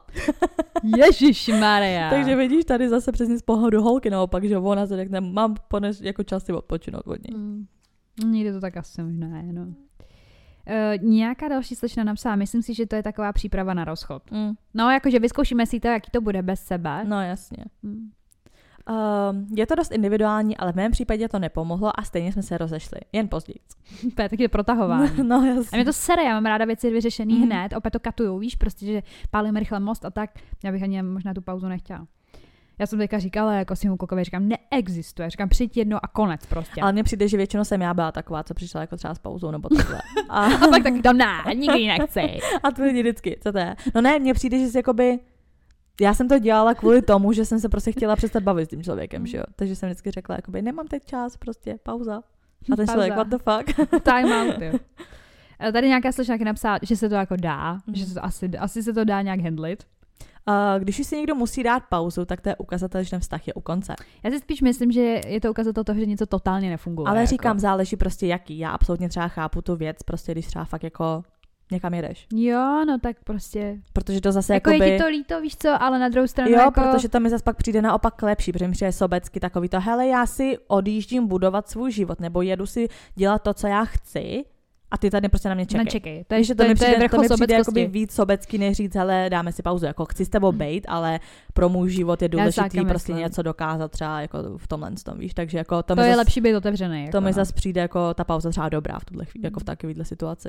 [SPEAKER 1] Ježišmarja.
[SPEAKER 2] Takže vidíš tady zase přesně z pohledu holky naopak, že ona se řekne, mám ponež jako čas si odpočinout od něj.
[SPEAKER 1] Hmm. Někde to tak asi možná je, no. Uh, nějaká další slečna napsala, myslím si, že to je taková příprava na rozchod. Mm. No, jakože vyzkoušíme si to, jaký to bude bez sebe.
[SPEAKER 2] No, jasně.
[SPEAKER 1] Mm.
[SPEAKER 2] Um, je to dost individuální, ale v mém případě to nepomohlo a stejně jsme se rozešli. Jen později.
[SPEAKER 1] To je taky protahování.
[SPEAKER 2] No, no jasně.
[SPEAKER 1] A mě to sere, já mám ráda věci vyřešený mm. hned, opět to katuju, víš, prostě, že pálím rychle most a tak. Já bych ani možná tu pauzu nechtěla. Já jsem teďka říkala, jako si mu Kokovi říkám, neexistuje. Říkám, přijď jedno a konec prostě.
[SPEAKER 2] Ale mně přijde, že většinou jsem já byla taková, co přišla jako třeba s pauzou nebo takhle.
[SPEAKER 1] A, a pak taky tam ne, nikdy nechci.
[SPEAKER 2] A to lidi vždycky, co to je? No ne, mně přijde, že jsi jakoby... Já jsem to dělala kvůli tomu, že jsem se prostě chtěla přestat bavit s tím člověkem, že jo. Takže jsem vždycky řekla, jakoby, nemám teď čas, prostě pauza. A ten člověk, what the fuck?
[SPEAKER 1] Time out, jo. Tady nějaká slečna napsala, že se to jako dá, mm. že se to asi, asi se to dá nějak handlit.
[SPEAKER 2] Uh, když si někdo musí dát pauzu, tak to je ukazatel, že ten vztah je u konce.
[SPEAKER 1] Já si spíš myslím, že je to ukazatel toho, že něco totálně nefunguje.
[SPEAKER 2] Ale
[SPEAKER 1] jako.
[SPEAKER 2] říkám, záleží prostě jaký. Já absolutně třeba chápu tu věc, prostě když třeba fakt jako někam jedeš.
[SPEAKER 1] Jo, no tak prostě.
[SPEAKER 2] Protože to zase
[SPEAKER 1] jako
[SPEAKER 2] jakoby...
[SPEAKER 1] je ti to líto, víš co, ale na druhou stranu
[SPEAKER 2] jo,
[SPEAKER 1] jako...
[SPEAKER 2] protože to mi zase pak přijde naopak lepší, protože mi přijde sobecky takový to, hele, já si odjíždím budovat svůj život, nebo jedu si dělat to, co já chci, a ty tady prostě na mě čekej.
[SPEAKER 1] Nečekej. To je,
[SPEAKER 2] to,
[SPEAKER 1] to,
[SPEAKER 2] to, mi
[SPEAKER 1] přijde,
[SPEAKER 2] přijde,
[SPEAKER 1] to je vrchol
[SPEAKER 2] to mi přijde
[SPEAKER 1] sobeckosti.
[SPEAKER 2] jakoby víc sobecky, než říct, hele, dáme si pauzu, jako chci s tebou bejt, ale pro můj život je důležitý prostě myslím. něco dokázat třeba jako v tomhle tom, víš, takže jako to,
[SPEAKER 1] to
[SPEAKER 2] mi
[SPEAKER 1] je
[SPEAKER 2] zas,
[SPEAKER 1] lepší být otevřený.
[SPEAKER 2] To
[SPEAKER 1] jako,
[SPEAKER 2] mi
[SPEAKER 1] no.
[SPEAKER 2] zase přijde jako ta pauza třeba dobrá v tuhle chvíli, jako v takovéhle situaci.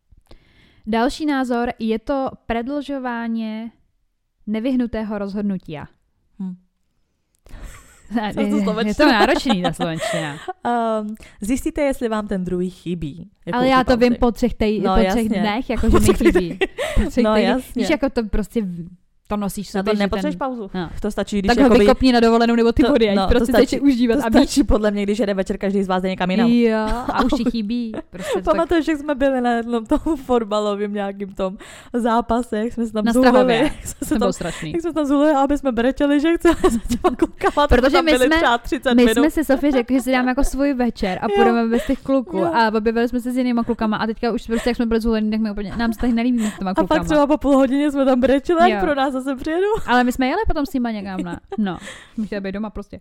[SPEAKER 1] Další názor je to predlžování nevyhnutého rozhodnutí.
[SPEAKER 2] Hm.
[SPEAKER 1] je, je, je to náročný, ta slovenština.
[SPEAKER 2] Um, zjistíte, jestli vám ten druhý chybí. Jako
[SPEAKER 1] ale já to vím po třech, tej,
[SPEAKER 2] no,
[SPEAKER 1] po třech dnech, jako že mi chybí. Po třech
[SPEAKER 2] no
[SPEAKER 1] tej,
[SPEAKER 2] jasně.
[SPEAKER 1] Víš, jako to prostě to nosíš
[SPEAKER 2] Na
[SPEAKER 1] sobě,
[SPEAKER 2] to nepotřebuješ
[SPEAKER 1] ten...
[SPEAKER 2] pauzu.
[SPEAKER 1] No.
[SPEAKER 2] To stačí, když
[SPEAKER 1] tak ho
[SPEAKER 2] jakoby...
[SPEAKER 1] vykopni na dovolenou nebo ty body,
[SPEAKER 2] no,
[SPEAKER 1] prostě
[SPEAKER 2] stačí,
[SPEAKER 1] začne užívat.
[SPEAKER 2] To
[SPEAKER 1] a
[SPEAKER 2] stačí podle mě, když jede večer, každý z vás jde někam jinam.
[SPEAKER 1] Jo, a už ti chybí. Prostě
[SPEAKER 2] Pamatuješ, jak jsme byli na jednom tom fotbalovém nějakým tom zápase, jak jsme se tam
[SPEAKER 1] na
[SPEAKER 2] zulili.
[SPEAKER 1] Jak
[SPEAKER 2] to
[SPEAKER 1] bylo strašný.
[SPEAKER 2] Jak jsme tam zulili, aby jsme brečeli, že chceme za těma klukama.
[SPEAKER 1] Protože my jsme,
[SPEAKER 2] třicet
[SPEAKER 1] my
[SPEAKER 2] minut.
[SPEAKER 1] jsme si Sofie řekli, že si dáme jako svůj večer a půjdeme bez těch kluků. Jo. A objevili jsme se s jinýma klukama a teďka už prostě, jak jsme byli zulení, tak my úplně, nám se tady nelíbí s těma klukama.
[SPEAKER 2] A fakt třeba po půl hodině jsme tam brečeli, jak pro nás zase přijedu.
[SPEAKER 1] Ale my jsme jeli potom s nima někam na. No, my chtěli být doma prostě.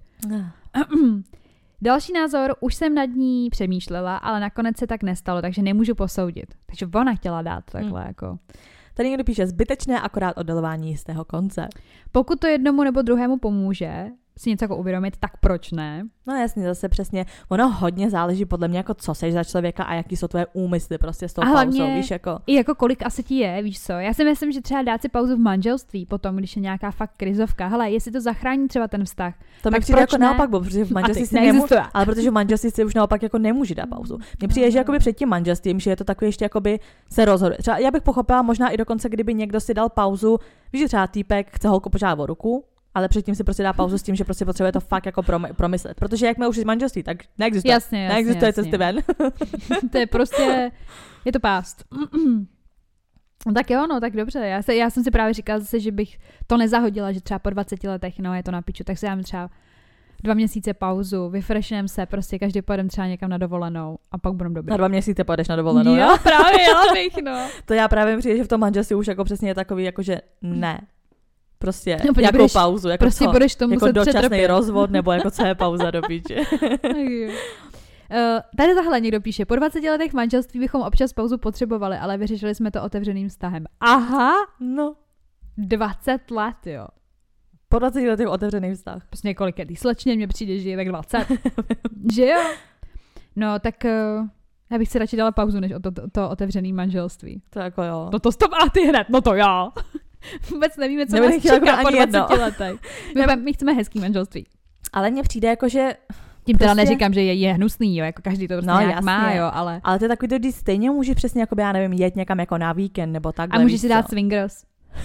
[SPEAKER 1] Další názor, už jsem nad ní přemýšlela, ale nakonec se tak nestalo, takže nemůžu posoudit. Takže ona chtěla dát takhle hmm. jako.
[SPEAKER 2] Tady někdo píše zbytečné akorát oddalování jistého konce.
[SPEAKER 1] Pokud to jednomu nebo druhému pomůže si něco jako uvědomit, tak proč ne?
[SPEAKER 2] No jasně, zase přesně, ono hodně záleží podle mě, jako co seš za člověka a jaký jsou tvoje úmysly prostě s tou pauzou, víš, jako.
[SPEAKER 1] I jako kolik asi ti je, víš co? Já si myslím, že třeba dát si pauzu v manželství potom, když je nějaká fakt krizovka. Hele, jestli to zachrání třeba ten vztah.
[SPEAKER 2] To mi přijde jako ne? naopak, bo, protože v manželství si nemůže, ale protože v manželství si už naopak jako nemůže dát pauzu. Mně přijde, no, že jakoby před tím manželstvím, že je to takový ještě jakoby se rozhoduje. Třeba já bych pochopila možná i dokonce, kdyby někdo si dal pauzu, víš, že třeba týpek chce holku požádat o ruku, ale předtím si prostě dá pauzu s tím, že prostě potřebuje to fakt jako promyslet. Protože jak jsme už z manželství, tak neexistuje.
[SPEAKER 1] Jasně, jasně,
[SPEAKER 2] neexistuje
[SPEAKER 1] jasně.
[SPEAKER 2] cesty ven.
[SPEAKER 1] To je prostě, je to pást. Tak jo, no, tak dobře. Já, se, já jsem si právě říkala zase, že bych to nezahodila, že třeba po dvaceti letech, no, je to na piču, tak si dám třeba dva měsíce pauzu, vyfrešnem se, prostě každý pojedem třeba někam na dovolenou a pak budeme dobrý.
[SPEAKER 2] Na dva měsíce pojedeš na dovolenou,
[SPEAKER 1] jo?
[SPEAKER 2] Jo,
[SPEAKER 1] právě, jela bych, no.
[SPEAKER 2] To já právě přijde, že v tom manželství už jako přesně je takový, jako že ne. Prostě
[SPEAKER 1] no,
[SPEAKER 2] jakou
[SPEAKER 1] budeš,
[SPEAKER 2] pauzu, jako
[SPEAKER 1] prostě
[SPEAKER 2] co?
[SPEAKER 1] budeš tomu
[SPEAKER 2] jako
[SPEAKER 1] muset
[SPEAKER 2] dočasný
[SPEAKER 1] přetrpět.
[SPEAKER 2] rozvod, nebo jako co je pauza do píči.
[SPEAKER 1] uh, tady tahle někdo píše, po dvaceti letech manželství bychom občas pauzu potřebovali, ale vyřešili jsme to otevřeným vztahem. Aha,
[SPEAKER 2] no.
[SPEAKER 1] dvacet let, jo.
[SPEAKER 2] Po dvaceti letech otevřený vztah.
[SPEAKER 1] Prostě několiketý slečně, mně přijde, že je tak dvacet. Že jo? No, tak uh, já bych si radši dala pauzu, než o to, to, to otevřený manželství.
[SPEAKER 2] To jako jo.
[SPEAKER 1] No to stop a ty hned, no to jo. Vůbec nevíme, co nás čeká po dvaceti letech. My, my chceme hezký manželství.
[SPEAKER 2] Ale mně přijde jako, že...
[SPEAKER 1] Tím teda prostě... neříkám, že je, je hnusný, jo, jako každý to prostě
[SPEAKER 2] no,
[SPEAKER 1] nějak
[SPEAKER 2] jasně.
[SPEAKER 1] má, jo, ale...
[SPEAKER 2] Ale to je takový to, když stejně můžeš přesně, jako by, já nevím, jet někam jako na víkend, nebo takhle.
[SPEAKER 1] A můžeš si dát swingers.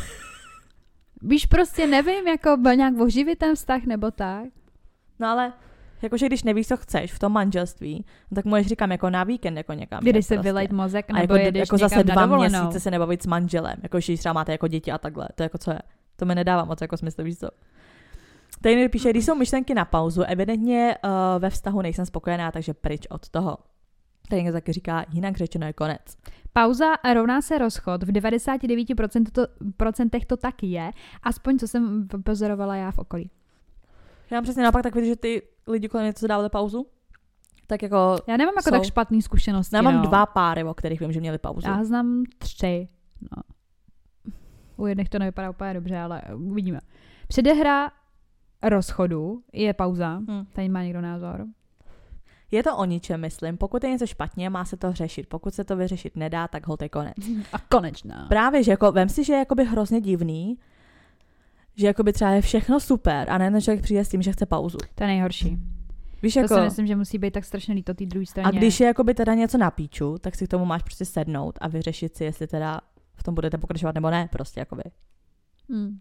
[SPEAKER 1] Víš, prostě nevím, jako nějak oživit ten vztah, nebo tak.
[SPEAKER 2] No ale... Jakože když nevíš, co chceš v tom manželství, tak můžeš říkám jako na víkend jako někam.
[SPEAKER 1] Když se
[SPEAKER 2] prostě.
[SPEAKER 1] vylejt mozek, nebo
[SPEAKER 2] jako,
[SPEAKER 1] jedeš
[SPEAKER 2] jako
[SPEAKER 1] někam
[SPEAKER 2] zase
[SPEAKER 1] na
[SPEAKER 2] dva
[SPEAKER 1] dovolenou.
[SPEAKER 2] měsíce se nebavit s manželem, jako když třeba máte jako děti a takhle. To jako co je? To mi nedává moc jako smysl, víš co? Tady mi píše, když jsou myšlenky na pauzu, evidentně uh, ve vztahu nejsem spokojená, takže pryč od toho. Tady někdo taky říká, jinak řečeno je konec.
[SPEAKER 1] Pauza rovná se rozchod, v devadesát devět procent to, to tak je, aspoň co jsem pozorovala já v okolí.
[SPEAKER 2] Já mám přesně naopak tak vidět, že ty lidi kolem mě, co dávali pauzu, tak jako...
[SPEAKER 1] Já nemám jako
[SPEAKER 2] jsou...
[SPEAKER 1] tak špatný zkušenosti.
[SPEAKER 2] Já mám
[SPEAKER 1] no.
[SPEAKER 2] dva páry, o kterých vím, že měli pauzu.
[SPEAKER 1] Já znám tři. No. U jedných to nevypadá úplně dobře, ale uvidíme. Předehra rozchodu je pauza. Hmm. Tady má někdo názor.
[SPEAKER 2] Je to o ničem, myslím. Pokud je něco špatně, má se to řešit. Pokud se to vyřešit nedá, tak holt je konec.
[SPEAKER 1] A konečná.
[SPEAKER 2] Právě, že jako, vem si, že je jakoby hrozně divný, že jakoby třeba je všechno super a najednou člověk přijde s tím, že chce pauzu.
[SPEAKER 1] To je nejhorší.
[SPEAKER 2] Víš,
[SPEAKER 1] to
[SPEAKER 2] jako,
[SPEAKER 1] si myslím, že musí být tak strašně líto té druhé straně.
[SPEAKER 2] A když je jakoby teda něco na píču, tak si k tomu máš prostě sednout a vyřešit si, jestli teda v tom budete pokračovat nebo ne, prostě jakoby.
[SPEAKER 1] Hmm.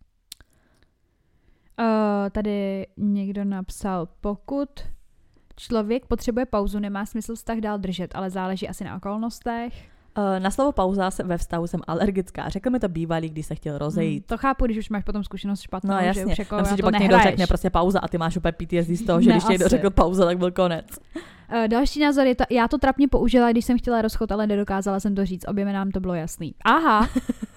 [SPEAKER 1] Uh, tady někdo napsal, pokud člověk potřebuje pauzu, nemá smysl vztah dál držet, ale záleží asi na okolnostech.
[SPEAKER 2] Uh, na slovo pauza ve vztahu jsem alergická. Řekl mi to bývalý, když se chtěl rozejít.
[SPEAKER 1] Hmm, to chápu, když už máš potom zkušenost špatnou,
[SPEAKER 2] no, jasně.
[SPEAKER 1] že už jako
[SPEAKER 2] já myslím, že
[SPEAKER 1] to
[SPEAKER 2] pak někdo řekne prostě pauza a ty máš úplně P T S D z toho, že
[SPEAKER 1] ne,
[SPEAKER 2] když někdo řekl pauza, tak byl konec.
[SPEAKER 1] Uh, další názor je to, já to trapně použila, když jsem chtěla rozchod, ale nedokázala jsem to říct, oběma nám to bylo jasný. Aha.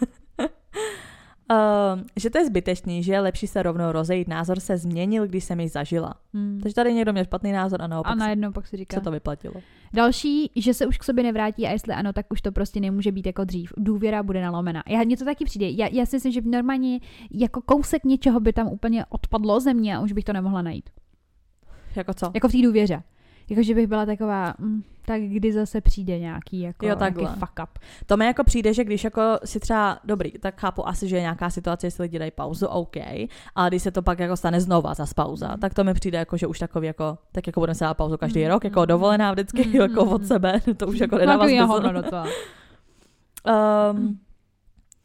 [SPEAKER 2] Uh, že to je zbytečný, že je lepší se rovnou rozejít. Názor se změnil, když jsem ji zažila.
[SPEAKER 1] Hmm.
[SPEAKER 2] Takže tady někdo měl špatný názor a naopak
[SPEAKER 1] a najednou pak si říká,
[SPEAKER 2] se to vyplatilo.
[SPEAKER 1] Další, že se už k sobě nevrátí a jestli ano, tak už to prostě nemůže být jako dřív. Důvěra bude nalomena. Já, mně to taky přijde. Já, já si myslím, že normálně jako kousek něčeho by tam úplně odpadlo ze mě a už bych to nemohla najít.
[SPEAKER 2] Jako co?
[SPEAKER 1] Jako v té důvěře. Jako, že bych byla taková, mm, tak kdy zase přijde nějaký, jako,
[SPEAKER 2] jo,
[SPEAKER 1] nějaký fuck up.
[SPEAKER 2] To mi jako přijde, že když jako si třeba, dobrý, tak chápu asi, že je nějaká situace, jestli lidi dají pauzu, OK, ale když se to pak jako stane znova zas pauza, mm. tak to mi přijde jako, že už takový jako, tak jako budeme se dát pauzu každý mm. rok, jako dovolená vždycky, mm. jako od sebe, to už jako nedává smysl. Um,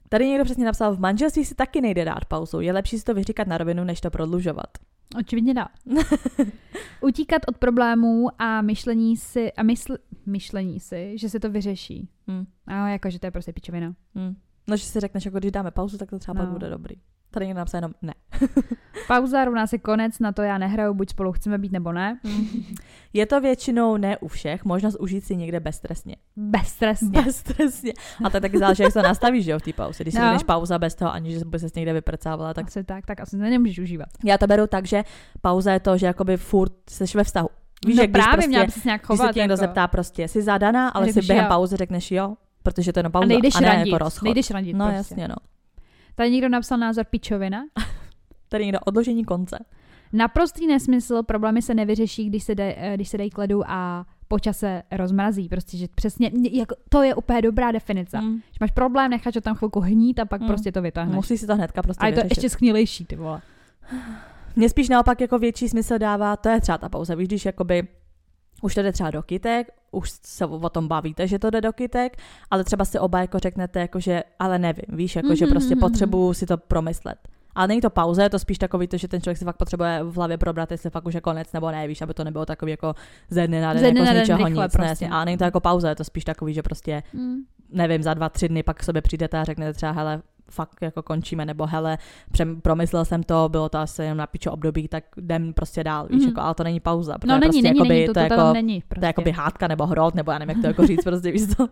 [SPEAKER 2] Tady někdo přesně napsal, v manželství si taky nejde dát pauzu. Je lepší si to vyříkat na rovinu, než to prodlužovat.
[SPEAKER 1] Očividně dá. Utíkat od problémů a myšlení si, a mysl, myšlení si, že se to vyřeší.
[SPEAKER 2] Hmm.
[SPEAKER 1] A jako, že to je prostě pičovina.
[SPEAKER 2] Hmm. No, že si řekneš, jako když dáme pauzu, tak to třeba
[SPEAKER 1] no.
[SPEAKER 2] pak bude dobrý. Tady někdo napsal jenom ne.
[SPEAKER 1] Pauza rovná se konec, na to já nehraju, buď spolu chceme být nebo ne.
[SPEAKER 2] Je to většinou ne u všech, možnost užít si někde bezstresně.
[SPEAKER 1] Bezstresně.
[SPEAKER 2] Bezstresně. A to taky záleží, jak to nastavíš, že jo, v té pauze. Když si
[SPEAKER 1] no.
[SPEAKER 2] jdeš pauza bez toho, aniž by ses někde vyprcávala, tak...
[SPEAKER 1] Asi tak, tak asi nemůžeš užívat.
[SPEAKER 2] Já to beru tak, že pauza je to, že jakoby furt seš ve vztahu. Víš,
[SPEAKER 1] no
[SPEAKER 2] že když
[SPEAKER 1] právě
[SPEAKER 2] prostě,
[SPEAKER 1] měla bys nějak chovat.
[SPEAKER 2] když se tě někdo
[SPEAKER 1] jako...
[SPEAKER 2] zeptá prostě, jsi zadaná, ale
[SPEAKER 1] řekneš
[SPEAKER 2] si během
[SPEAKER 1] jo.
[SPEAKER 2] pauzy řekneš jo, protože to je no pauza
[SPEAKER 1] a, nejdeš
[SPEAKER 2] a ne
[SPEAKER 1] randit,
[SPEAKER 2] jako rozchod.
[SPEAKER 1] Nejdeš randit
[SPEAKER 2] no
[SPEAKER 1] prostě.
[SPEAKER 2] jasně, no.
[SPEAKER 1] Tady někdo napsal názor pičovina.
[SPEAKER 2] Tady někdo odložení konce.
[SPEAKER 1] Naprostý nesmysl, problémy se nevyřeší, když se, de, když se dají k ledu a po čase rozmrazí. Prostě, že přesně, jako, to je úplně dobrá definice. Mm. Že máš problém, necháš to tam chvilku hnít a pak mm. prostě to vytáhneš.
[SPEAKER 2] Musí si to hnedka prostě
[SPEAKER 1] a je to
[SPEAKER 2] vyřešit.
[SPEAKER 1] ještě schnilejší, ty vole.
[SPEAKER 2] Mně spíš naopak jako větší smysl dává, to je třeba ta pauza, víš, když jakoby už to jde třeba do kytek, už se o tom bavíte, že to jde do kytek, ale třeba si oba jako řeknete, jako že, ale nevím, víš, jako mm-hmm, že prostě mm-hmm. potřebuju si to promyslet. Ale není to pauza, je to spíš takový to, že ten člověk si fakt potřebuje v hlavě probrat, jestli fakt už je konec nebo ne, víš, aby to nebylo takový jako ze dne na den, jako z ničeho nic, prostě. A není to jako pauza, je to spíš takový, že prostě, mm. nevím, za dva, tři dny pak k sobě přijdete a řeknete třeba, hele, fakt jako končíme, nebo hele, přem, promyslel jsem to, bylo to asi jenom na pičo období, tak jdem prostě dál, víš, mm. jako, ale to není pauza.
[SPEAKER 1] No není,
[SPEAKER 2] prostě,
[SPEAKER 1] není,
[SPEAKER 2] jakoby,
[SPEAKER 1] není, to,
[SPEAKER 2] to,
[SPEAKER 1] to,
[SPEAKER 2] jako,
[SPEAKER 1] to není. Prostě.
[SPEAKER 2] To je jakoby hádka nebo hrot, nebo já nevím, jak to jako říct, prostě víš to.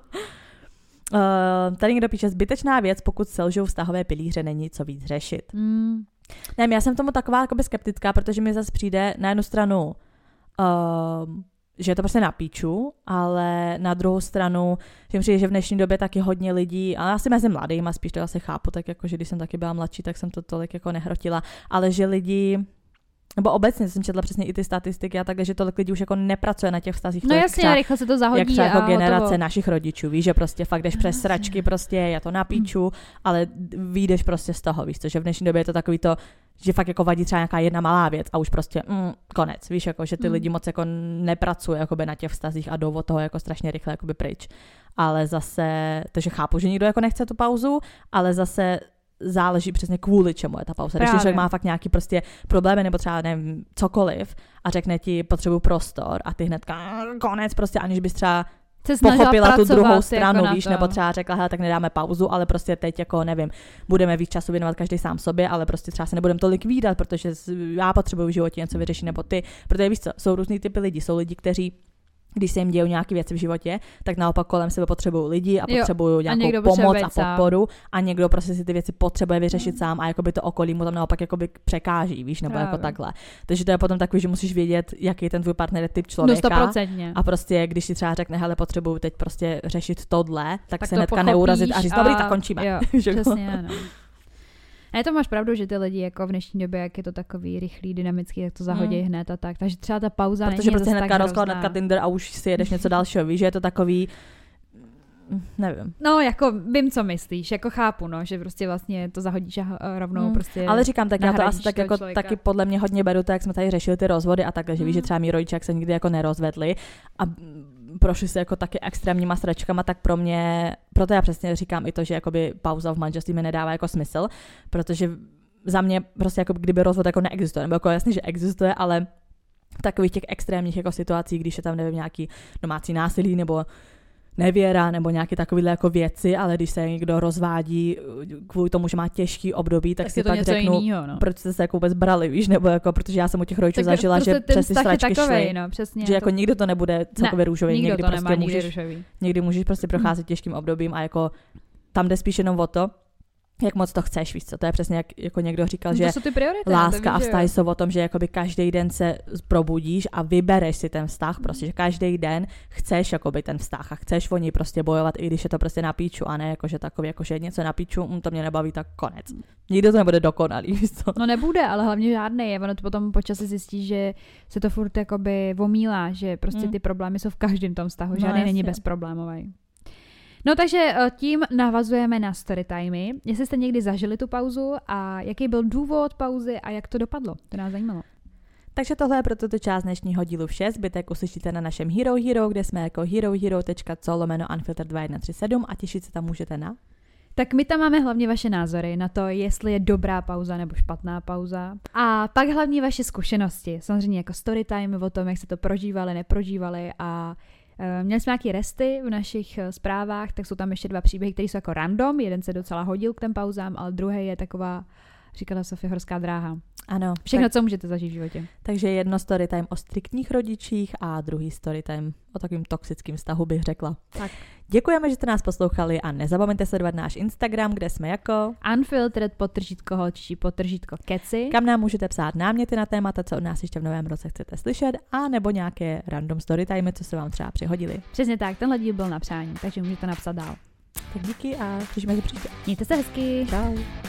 [SPEAKER 2] Uh, tady někdo píše, zbytečná věc, pokud selžou vztahové pilíře, není co víc řešit.
[SPEAKER 1] Mm.
[SPEAKER 2] Ne, já jsem tomu taková jakoby skeptická, protože mi zase přijde na jednu stranu, uh, že je to prostě na píču, ale na druhou stranu, že mi přijde, že v dnešní době taky hodně lidí, a asi mezi mladýma spíš to asi chápu, tak jako, že když jsem taky byla mladší, tak jsem to tolik jako nehrotila, ale že lidi, nebo obecně jsem četla přesně i ty statistiky a takhle, že tolik lidí už jako nepracuje na těch vztazích.
[SPEAKER 1] No jasně, třeba, rychle se to zahodí.
[SPEAKER 2] Jak třeba jako
[SPEAKER 1] a
[SPEAKER 2] generace
[SPEAKER 1] hotovo.
[SPEAKER 2] našich rodičů, víš, že prostě fakt jdeš přes sračky, prostě je to na píču, ale vyjdeš prostě z toho, víš co, že v dnešní době je to takový to, že fakt jako vadí třeba nějaká jedna malá věc a už prostě mm, konec, víš, jako, že ty mm. lidi moc jako nepracují jakoby na těch vztazích a jdou od toho jako strašně rychle jakoby pryč. Ale zase, takže chápu, že nikdo jako nechce tu pauzu, ale zase záleží přesně kvůli čemu je ta pauza. Když člověk má fakt nějaký prostě problémy nebo třeba nevím, cokoliv a řekne ti potřebuji prostor a ty hnedka konec prostě, aniž bys třeba pochopila tu druhou stranu, jako víš, nebo třeba řekla, hele, tak nedáme pauzu, ale prostě teď jako nevím, budeme víc času věnovat každý sám sobě, ale prostě třeba se nebudeme tolik vídat, protože já potřebuji v životě něco vyřešit, nebo ty, protože víš co, jsou různý typy lidí, jsou lidi, kteří když se jim dějou nějaké věci v životě, tak naopak kolem sebe potřebují lidi a potřebují nějakou pomoc a podporu sám. A někdo prostě si ty věci potřebuje vyřešit mm. sám a jakoby to okolí mu tam naopak jakoby překáží, víš, nebo Právě. jako takhle. Takže to je potom takový, že musíš vědět, jaký ten tvůj partner je typ člověka.
[SPEAKER 1] No sto procent. A
[SPEAKER 2] prostě když si třeba řekne, hele, potřebuju teď prostě řešit tohle, tak, tak se hnedka neurazit a říct, a... dobrý, tak končíme.
[SPEAKER 1] Jo, přesně, no. A to máš pravdu, že ty lidi jako v dnešní době, jak je to takový rychlý, dynamický, tak to zahodí hmm. hned a tak. Takže třeba ta pauza
[SPEAKER 2] Protože
[SPEAKER 1] není
[SPEAKER 2] prostě
[SPEAKER 1] zase
[SPEAKER 2] hnedka
[SPEAKER 1] tak
[SPEAKER 2] rozklad hnedka Tinder a už si jedeš něco dalšího, víš, že je to takový, nevím.
[SPEAKER 1] No, jako vím, co myslíš, jako chápu, no, že prostě vlastně to zahodíš a rovnou hmm. prostě.
[SPEAKER 2] Ale říkám, tak já to asi tak jako člověka. Taky podle mě hodně beru to, jak jsme tady řešili ty rozvody a takhle, že hmm. víš, že třeba mý rodiče, jak se nikdy jako nerozvedli a prošli se jako taky extrémníma sračkama, tak pro mě, proto já přesně říkám i to, že jakoby pauza v manželství mi nedává jako smysl, protože za mě prostě jako kdyby rozvod jako neexistuje, nebo jako jasně, že existuje, ale v takových těch extrémních jako situacích, když je tam nevím nějaký domácí násilí nebo nevěra nebo nějaké takovéhle jako věci, ale když se někdo rozvádí kvůli tomu, že má těžký období, tak, tak si pak řeknu, jinýho, no. proč jste se jako vůbec brali, víš, nebo jako, protože já jsem u těch rodičů tak zažila, že přes ty sračky šly,
[SPEAKER 1] no, přesně,
[SPEAKER 2] že jako
[SPEAKER 1] to...
[SPEAKER 2] nikdo to nebude celkově růžový, někdy
[SPEAKER 1] to
[SPEAKER 2] prostě
[SPEAKER 1] můžeš,
[SPEAKER 2] můžeš, někdy můžeš prostě procházet těžkým obdobím a jako tam jde spíš jenom o to, jak moc to chceš, víš co, to je přesně jak jako někdo říkal,
[SPEAKER 1] no
[SPEAKER 2] že
[SPEAKER 1] priority,
[SPEAKER 2] láska a vztahy jsou o tom, že jakoby každý den se probudíš a vybereš si ten vztah, prostě, že každý den chceš jakoby ten vztah a chceš o něj prostě bojovat, i když je to prostě na píču a ne jakože takový, jakože něco na píču, mm, to mě nebaví, tak konec. Nikdo to nebude dokonalý, víš co.
[SPEAKER 1] No nebude, ale hlavně žádnej, ono to potom počasí zjistí, že se to furt jakoby omílá, že prostě ty problémy jsou v každém tom vztahu, žádný no, není bezproblémový. No takže tím navazujeme na storytimey. Jestli jste někdy zažili tu pauzu a jaký byl důvod pauzy a jak to dopadlo, to nás zajímalo.
[SPEAKER 2] Takže tohle je pro tuto část dnešního dílu vše. Zbytek uslyšíte na našem Hero Hero, kde jsme jako herohero tečka co lomeno unfilter dva jedna tři sedm a těšit se tam můžete na
[SPEAKER 1] Tak my tam máme hlavně vaše názory na to, jestli je dobrá pauza nebo špatná pauza. A pak hlavně vaše zkušenosti. Samozřejmě jako storytime o tom, jak se to prožívali, neprožívali a uh, měli jsme nějaké resty v našich uh, zprávách, tak jsou tam ještě dva příběhy, které jsou jako random. Jeden se docela hodil k těm pauzám, ale druhý je taková, říkala Sofie, horská dráha.
[SPEAKER 2] Ano.
[SPEAKER 1] Všechno,
[SPEAKER 2] tak,
[SPEAKER 1] co můžete zažít v životě.
[SPEAKER 2] Takže jedno storytime o striktních rodičích a druhý storytime o takovým toxickým vztahu, bych řekla.
[SPEAKER 1] Tak.
[SPEAKER 2] Děkujeme, že jste nás poslouchali a nezapomeňte sledovat náš Instagram, kde jsme jako
[SPEAKER 1] Unfiltered podtržítko holčičí podtržítko keci.
[SPEAKER 2] Kam nám můžete psát náměty na témata, co od nás ještě v novém roce chcete slyšet, a nebo nějaké random storytime, co se vám třeba přihodili.
[SPEAKER 1] Přesně tak, tenhle díl byl na přání, takže můžete napsat dál.
[SPEAKER 2] Tak díky a těšíme se příště.
[SPEAKER 1] Mějte se hezky.
[SPEAKER 2] Čau.